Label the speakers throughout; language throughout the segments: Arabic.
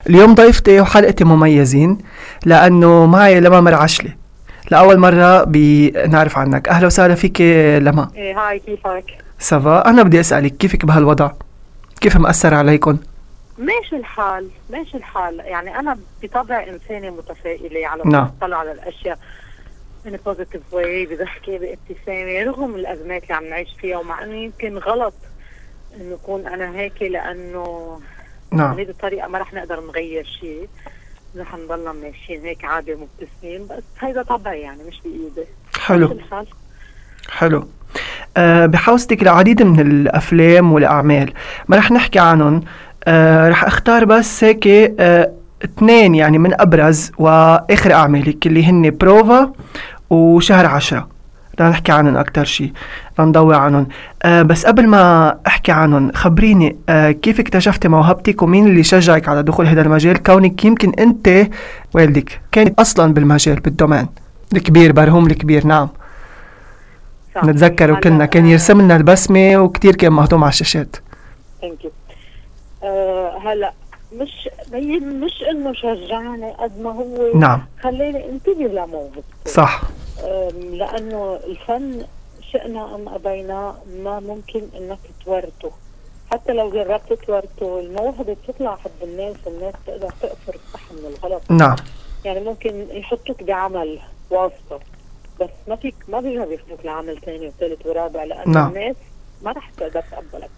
Speaker 1: اليوم ضيفتي وحلقتي مميزين لأنه معي لما مرعشلي لأول مرة بنعرف عنك. أهلا وسهلا فيك لما.
Speaker 2: ايه، هاي، كيفك؟
Speaker 1: سافا. أنا بدي أسألك كيفك بهالوضع؟ كيف مأثر عليكم؟
Speaker 2: ماشي الحال ماشي الحال، يعني أنا بطبع إنسانة متفائلة، على طول
Speaker 1: نعم.
Speaker 2: بطلع على الأشياء in a positive way، بضحكة بابتسامة رغم الأزمات اللي عم نعيش فيها، ومع إنه يمكن غلط إنه أكون أنا هيك، لأنه
Speaker 1: نعم.
Speaker 2: بهذه الطريقة ما رح نقدر نغير شيء، رح نضلنا ماشيين هيك عادي مبتسمين، بس هيدا طبعي يعني مش بإيدي.
Speaker 1: حلو.
Speaker 2: ماشي الحال.
Speaker 1: حلو. بحوزتك العديد من الأفلام والأعمال، ما رح نحكي عنهم. رح اختار بس هيك اثنين يعني من أبرز وآخر أعمالك اللي هن بروفا وشهر 10. بدنا نحكي عنهم أكتر شي، بدنا نضوي عنهم. بس قبل ما أحكي عنهم خبريني كيف اكتشفتي موهبتك ومين اللي شجعك على دخول هذا المجال، كونك يمكن أنت والدك كانت أصلا بالمجال بالدومين الكبير، برهوم الكبير. نعم.
Speaker 2: صح.
Speaker 1: نتذكر وكنا كان يرسم لنا البسمة وكتير كان مهضوم على الشاشات.
Speaker 2: ثانك يو. هلا مش انه شجعني قد ما هو
Speaker 1: نعم.
Speaker 2: خلاني انتبه لموهبتي.
Speaker 1: صح.
Speaker 2: لانه الفن شئنا ام ابينا ما ممكن انك تورثه، حتى لو جربت تورثه الموهبه بتطلع حد الناس تقدر تقفر الصح من الغلط.
Speaker 1: نعم.
Speaker 2: يعني ممكن يحطوك بعمل واسطه، بس ما بيقدروا ياخذوك لعمل ثاني وثالث ورابع، لانه
Speaker 1: نعم.
Speaker 2: الناس ما رح تقدر تقبلك.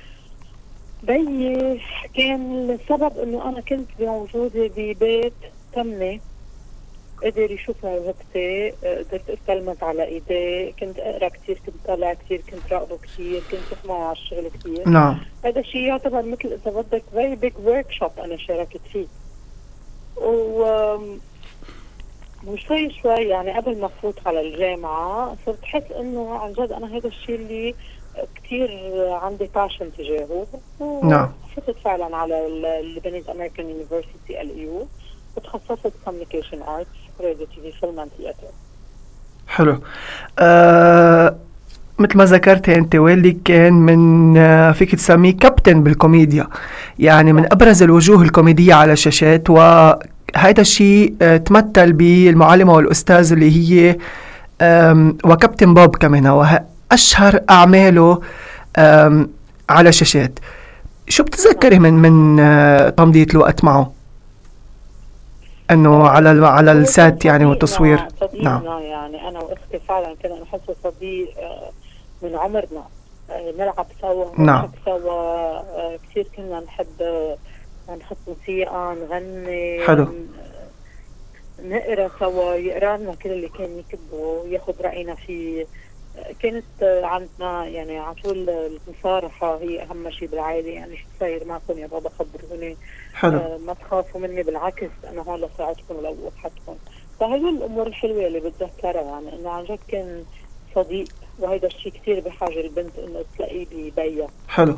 Speaker 2: بيي كان السبب انه انا كنت موجودة ببيت تمي قدر يشوف موهبتي، قدرت اتلمذ على ايديه، كنت اقرا كثير، كنت طالع كثير، كنت راقبه كثير، كنت اسمعه على الشغل كثير.
Speaker 1: نعم.
Speaker 2: هذا الشيء يعتبر مثل اذا بدك very big workshop انا شاركت فيه. وشوي شوي يعني قبل ما فوت على الجامعة صرت حس انه عن جد انا هذا الشيء اللي كثير عندي باشن تجاهه.
Speaker 1: نعم.
Speaker 2: فتت فعلا على اللبنانيز امريكان يونيفرسيتي LEU وتخصصت كوميونيكيشن ارتس راديو تي في فيلم اند ثياتر.
Speaker 1: حلو. مثل ما ذكرتي انت والدك كان من فيك تسميه كابتن بالكوميديا، يعني من ابرز الوجوه الكوميدية على الشاشات، وهذا الشيء تمثل بالمعلمة والاستاذ اللي هي وكابتن بوب كمان، واشهر اعماله على الشاشات. شو بتتذكري من تمضية الوقت معه انه على السات يعني والتصوير؟
Speaker 2: نعم. يعني انا واختي فعلا كنا نحس صديق من عمرنا، نلعب سوا، نضحك سوا، كثير كنا نحب نحط موسيقى، نغني.
Speaker 1: حلو.
Speaker 2: نقرا سوا، يقرا لنا كل اللي كان يكتبه، ياخذ راينا فيه. كانت عندنا يعني على طول المصارحة هي أهم شيء بالعائلة، يعني شو صاير معكم يا بابا خبروني.
Speaker 1: حلو.
Speaker 2: ما تخافوا مني، بالعكس أنا هون لساعدكم ولو وضحتكم. فهي الأمور الحلوة اللي بتذكرها، يعني إنه عن جد كان صديق، وهيدا الشيء كتير بحاجة البنت إنه تلاقيه ببيها.
Speaker 1: حلو.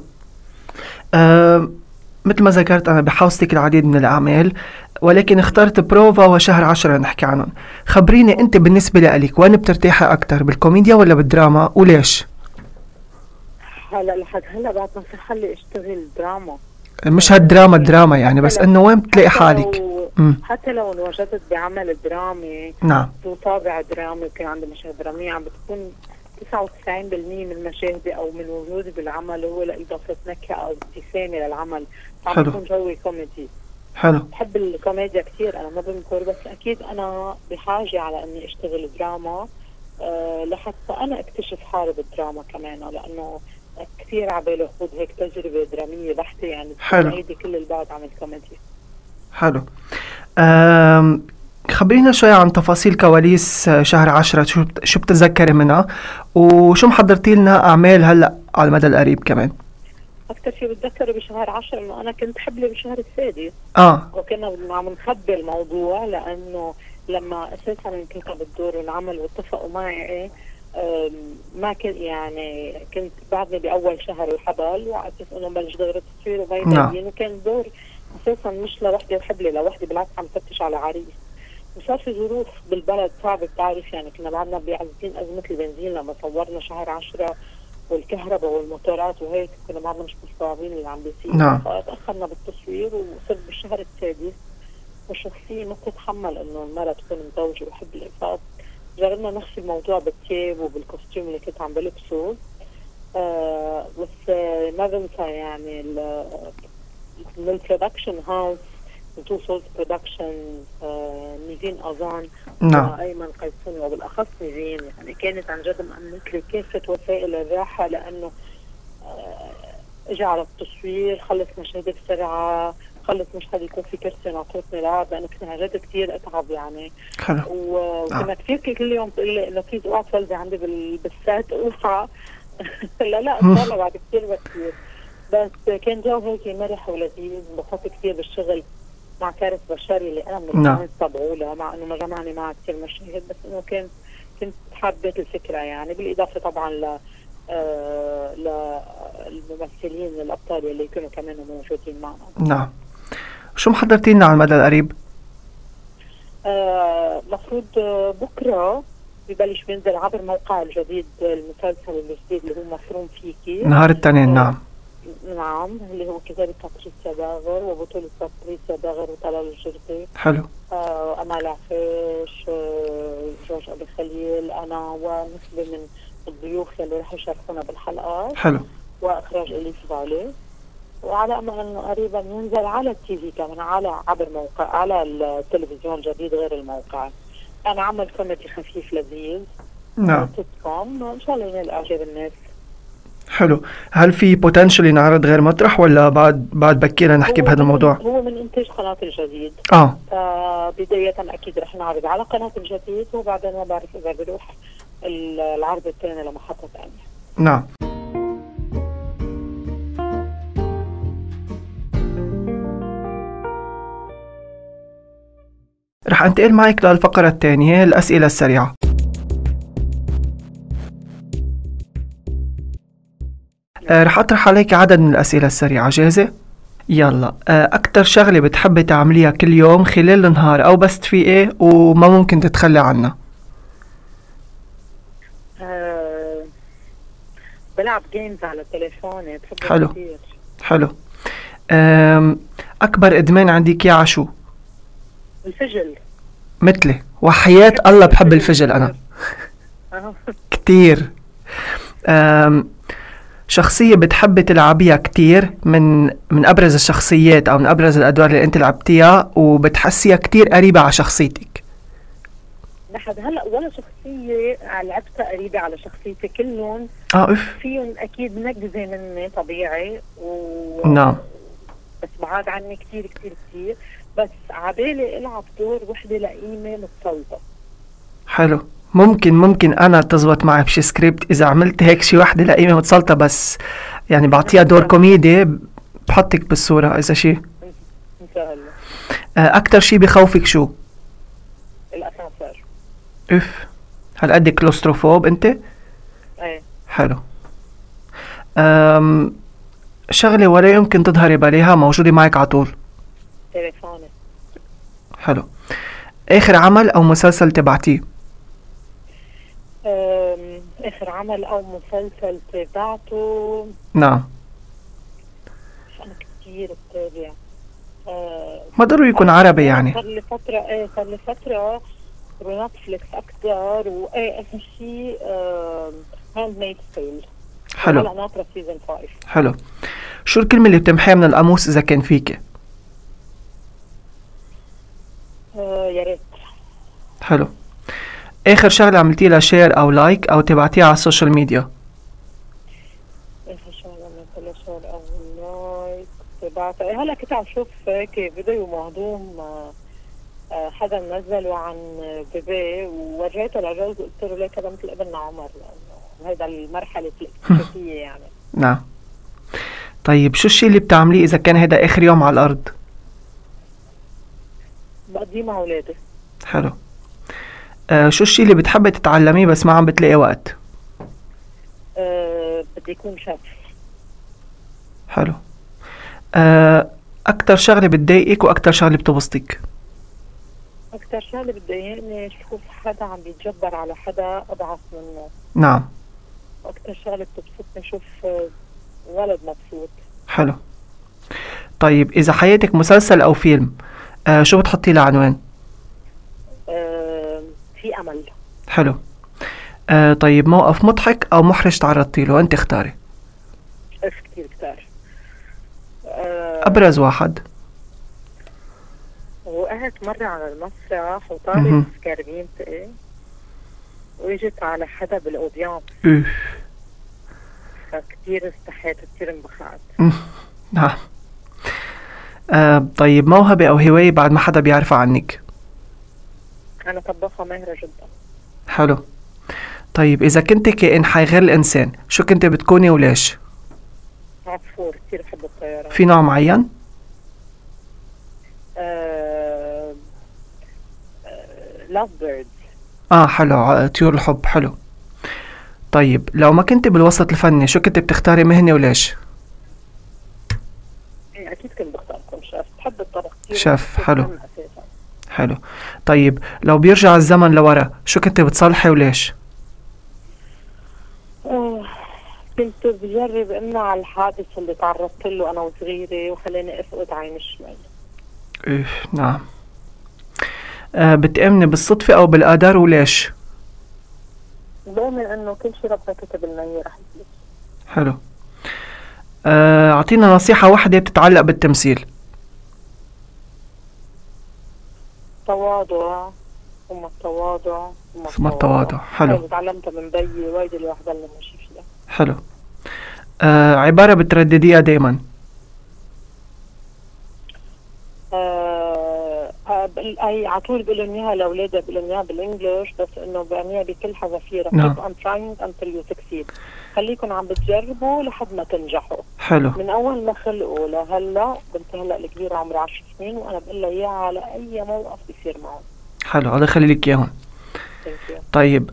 Speaker 1: مثل ما ذكرت أنا بحوزتك العديد من الأعمال، ولكن اخترت بروفا وشهر 10 نحكي عنهم. خبريني أنت بالنسبة لك وين بترتاحي أكتر، بالكوميديا ولا بالدراما، وليش؟
Speaker 2: هلا لحد هلا بعد ما صح لي اشتغل دراما،
Speaker 1: مش هالدراما يعني، بس إنه وين بتلاقي حالك؟
Speaker 2: حتى لو انوجدت بعمل درامي،
Speaker 1: نعم،
Speaker 2: ذو طابع درامي وكان عندي مشاهد درامية، عم بتكون 99% من مشاهدي او من وجودي بالعمل هو لإضافة نكهة او ابتسامة للعمل، عم بكون جوي كوميدي.
Speaker 1: حلو.
Speaker 2: بحب الكوميديا كثير، انا ما بنكر، بس اكيد انا بحاجة على اني اشتغل دراما لحتى انا اكتشف حالي بالدراما كمان، لانه كثير عبالي اخذ هيك تجربة درامية بحتة، يعني بعيدي كل البعد عن الكوميديا.
Speaker 1: حلو. خبرينا شوي عن تفاصيل كواليس شهر 10، شو بتتذكري منها، وشو محضرتي لنا أعمال هلأ على المدى القريب كمان؟
Speaker 2: أكثر شيء بتذكره بشهر 10 إنه أنا كنت حبلة بشهر السادس. وكنا عم نخبي الموضوع، لأنه لما أساسا انكتب الدور والعمل واتفقوا معي ما كنت يعني كنت بعدني بأول شهر الحبل، وعلى أساس إنه بلش دغري تصوير وبيبين، وكان الدور أساسا مش لوحدي وحبلة، لوحدي بالعكس عم فتش على عريس. وصار في ظروف بالبلد صعبة، بتعرف يعني كنا بعدنا بعزين أزمة البنزين لما صورنا شهر 10، والكهرباء والموتورات وهيك كنا بعدنا مش مستوعبين اللي عم بيصير.
Speaker 1: نعم.
Speaker 2: فتأخرنا بالتصوير وصرت بالشهر السادس، وشخصية ما بتتحمل انه المرأة تكون مزوجة وحب الإنفاق. جربنا نخفي الموضوع بالثياب وبالكوستيوم اللي كنت عم بلبسه. بس ما بنسى يعني البرودكشن هاوس تو سولز برودكشن، نيفين أذان وأيمن قيسوني، وبالأخص نيفين يعني كانت عن جد مأمنت لي كافة وسائل الراحة، لأنه اجى على التصوير، خلص مشاهد بسرعة، خلص مشهد يكون في كرسي ناطرتني نلعب، لأنه كنت عن جد كتير أتعب يعني. وكنا كتير كل يوم تقول لي إنه بليز اوعى تولدي عندي بالسات اوعى. لا إن شاء الله بعد كتير بكتير. بس كان جو هيك مرح ولذيذ، انبسطت كتير بالشغل مع كارث بشري اللي أنا من الناس تبعولها، مع إنه ما جمعني معها كتير مشاهد، بس إنه كنت حبيت الفكرة يعني، بالإضافة طبعا للممثلين الأبطال اللي كانوا كمان موجودين معنا.
Speaker 1: نعم. شو محضرتي لنا على المدى القريب؟
Speaker 2: مفروض بكرة ببلش بينزل عبر موقع الجديد المسلسل الجديد اللي هو مفروم فيكي
Speaker 1: نهار التنين. نعم.
Speaker 2: نعم، اللي هو كتابة باتريسيا داغر وبطولة باتريسيا داغر وطلال الجردي.
Speaker 1: حلو.
Speaker 2: أمال عفيش، جورج أبي خليل، أنا ونخبة من الضيوف اللي رح يشاركونا بالحلقات.
Speaker 1: حلو.
Speaker 2: وإخراج إليس فالي. وعلى أمل أنه قريبا ينزل على التي في كمان، على عبر موقع على التلفزيون الجديد غير الموقع. أنا عمل كوميدي خفيف لذيذ.
Speaker 1: نعم.
Speaker 2: إن شاء الله ينال إعجاب الناس.
Speaker 1: حلو. هل في بوتنشل ينعرض غير مطرح ولا بعد بكينا نحكي بهذا الموضوع؟
Speaker 2: هو من إنتاج قناة الجديد. فبداية أكيد رح نعرض على قناة الجديد، وبعدين ما بعرف إذا بروح العرض الثاني لمحطة ثانية.
Speaker 1: نعم. رح انتقل معك للفقرة الثانية، الأسئلة السريعة. رح أطرح عليك عدد من الأسئلة السريعة، جاهزة؟ يلا. أكتر شغلة بتحبي تعمليها كل يوم خلال النهار أو بس تفيقي وما ممكن تتخلى عنها؟
Speaker 2: بلعب جيمز على تليفوني، بحبه
Speaker 1: حلو
Speaker 2: كتير.
Speaker 1: حلو. أكبر إدمان عندك يا عشو؟
Speaker 2: الفجل.
Speaker 1: مثلي، وحياة الله بحب الفجل أنا كتير. شخصية بتحبي تلعبيها كتير، من أبرز الشخصيات أو من أبرز الأدوار اللي أنت لعبتيها وبتحسيها كتير قريبة على شخصيتك؟
Speaker 2: لحد هلأ ولا شخصية لعبتها قريبة على شخصيتي، كلهم فيهم أكيد نقزة مني طبيعي
Speaker 1: نعم.
Speaker 2: بس بعاد عني كتير كتير كتير، بس عبالي ألعب دور وحدة لئيمة متسلطة.
Speaker 1: حلو. ممكن أنا تزبط معي بشي سكريبت إذا عملت هيك شي وحدة لئيمة متسلطة، بس يعني بعطيها دور كوميدي بحطك بالصورة إذا شي.
Speaker 2: إن شاء الله.
Speaker 1: أكتر شي بخوفك شو؟
Speaker 2: الأسانسير.
Speaker 1: هل قد كلوستروفوب أنت؟
Speaker 2: ايه.
Speaker 1: حلو. شغلة ولا يمكن تظهري باليها موجودة معك عطول؟
Speaker 2: تليفوني.
Speaker 1: حلو. آخر عمل أو مسلسل تبعتيه؟
Speaker 2: آخر عمل أو مسلسل تبعته.
Speaker 1: نعم.
Speaker 2: أنا كتير بتابع.
Speaker 1: ما ضروري يكون عربي يعني.
Speaker 2: صار لي فترة نتفليكس أكثر، آخر شيء هاند ميد تيل.
Speaker 1: حلو.
Speaker 2: هلا ناطرة سيزن 5.
Speaker 1: حلو. شو الكلمة اللي بتمحيها من القاموس إذا كان فيك؟
Speaker 2: يا ريت.
Speaker 1: حلو. آخر شغلة عملتي لها شير أو لايك أو تبعتيها على السوشيال ميديا؟
Speaker 2: آخر شغلة عملت لها شير أو لايك تبعتها، هلا كنت عم شوف هيك فيديو مهضوم حدا منزله عن بيبي، ووريته لجوز قلت له ليك هذا مثل ابننا عمر، لأنه هيدا المرحلة الاكتشافية يعني.
Speaker 1: نعم. طيب شو الشيء اللي بتعمليه إذا كان هيدا آخر يوم على الأرض؟
Speaker 2: بقضيه مع أولادي.
Speaker 1: حلو. شو الشيء اللي بتحبي تتعلميه بس ما عم بتلاقي وقت؟
Speaker 2: بدي يكون شاف.
Speaker 1: حلو. أكتر شغلة بتضايقك وأكتر شغلة بتبسطك؟
Speaker 2: أكتر شغلة بتضايقني شوف حدا عم بيتجبر على حدا أضعف منه.
Speaker 1: نعم.
Speaker 2: واكثر شغله بتبسطني اشوف ولد مبسوط.
Speaker 1: حلو. طيب اذا حياتك مسلسل او فيلم شو بتحطي له عنوان؟
Speaker 2: في امل.
Speaker 1: حلو. طيب موقف مضحك او محرج تعرضتي له، انت اختاري.
Speaker 2: كتير.
Speaker 1: ابرز واحد.
Speaker 2: وقعت مرة على المسرح وطارت سكربينتي واجت على حدا بالاودينس، فكتير استحيت، كتير انبخعت.
Speaker 1: نعم. طيب موهبة او هواية بعد ما حدا بيعرفها عنك؟
Speaker 2: انا طباخة ماهرة جدا.
Speaker 1: حلو. طيب اذا كنت كائن حي غير الانسان شو كنت بتكوني وليش؟
Speaker 2: عصفور، كتير بحب الطيران.
Speaker 1: في نوع معين؟
Speaker 2: لاف بيردز.
Speaker 1: حلو، طيور الحب. حلو. طيب لو ما كنت بالوسط الفني شو كنت بتختاري مهنة وليش؟
Speaker 2: اكيد كنت بختاركم شيف، بحب الطبخ كتير.
Speaker 1: شيف. حلو. حلو. طيب لو بيرجع الزمن لورا شو كنت بتصلحي وليش؟
Speaker 2: كنت بجرب امنع الحادث اللي تعرضت له انا وصغيرة وخلاني افقد عين الشمال.
Speaker 1: نعم. بتأمني بالصدفة او بالقدر وليش؟
Speaker 2: بؤمن انه كل شيء ربنا كتب لنا اياه رح يصير.
Speaker 1: حلو. اعطينا نصيحة واحدة بتتعلق بالتمثيل.
Speaker 2: تواضع ثم التواضع ثم
Speaker 1: التواضع. حلو.
Speaker 2: تعلمتها من بيي، وايد الواحد ضل ماشي فيها.
Speaker 1: حلو. عبارة بتردديها دايما.
Speaker 2: اي على طول بقول لهم اياها لاولادها، بقول لهم اياها بالانجلش، بس انه بعنيها بكل حذافيرها. keep on trying until you succeed. خليكم عم بتجربوا لحد ما تنجحوا.
Speaker 1: حلو.
Speaker 2: من اول ما خلقوا لهلا، بنتي هلا الكبيره عمرها 10 سنين وانا بقول لها اياها على اي موقف بيصير معهم. حلو،
Speaker 1: الله يخلي لك اياهم. طيب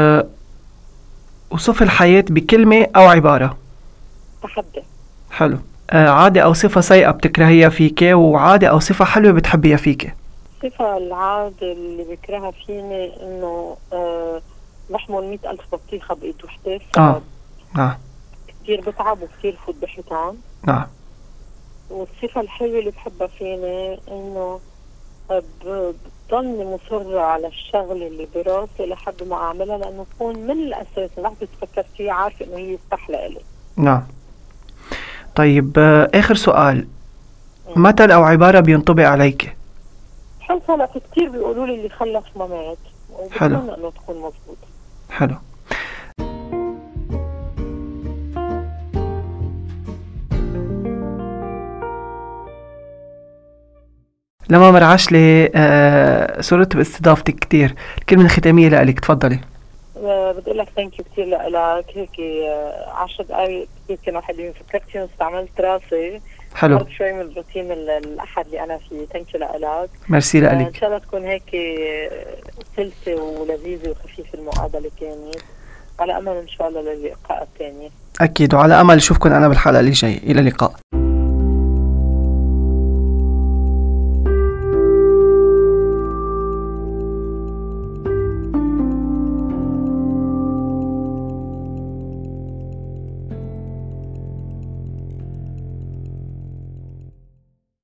Speaker 1: وصف الحياة بكلمة او عبارة.
Speaker 2: تحدي.
Speaker 1: حلو. عادة او صفة سيئة بتكرهيها فيك، وعادة او صفة حلوة بتحبيها فيك.
Speaker 2: الصفة العادة اللي بكرهها فيني انه بحمل 100,000 بطيخة بإيد وحدة.
Speaker 1: نعم.
Speaker 2: كتير بتعب وكتير فوت بحيطان.
Speaker 1: نعم.
Speaker 2: والصفة الحلوة اللي بحبها فيني انه بضلني مصرة على الشغلة اللي براسي لحد ما اعملها، لانه تكون من الاساس لحظة تفكر فيها عارفة انه هي يستحلق لي.
Speaker 1: نعم. طيب اخر سؤال، مثل او عبارة بينطبق عليك.
Speaker 2: هلا في كتير بيقولوا لي اللي خلف ما مات، وبتمنى انه تكون مضبوط.
Speaker 1: حلو. لما مرعاش لي سررت باستضافتك كتير. الكلمة الختامية لك، تفضلي.
Speaker 2: بدي اقول لك ثانك يو كثير لك. هيك 10 دقائق كثير كانوا حلوين، فكرتني واستعملت راسي.
Speaker 1: حلو.
Speaker 2: صرت شوي من الروتين الاحد اللي انا فيه. ثانك يو لك.
Speaker 1: ميرسي لك.
Speaker 2: ان شاء الله تكون هيك سلسة ولذيذة وخفيفة المقابلة كانت، على امل ان شاء الله للقاء الثاني.
Speaker 1: اكيد، وعلى امل اشوفكم انا بالحلقة اللي جاية. الى اللقاء.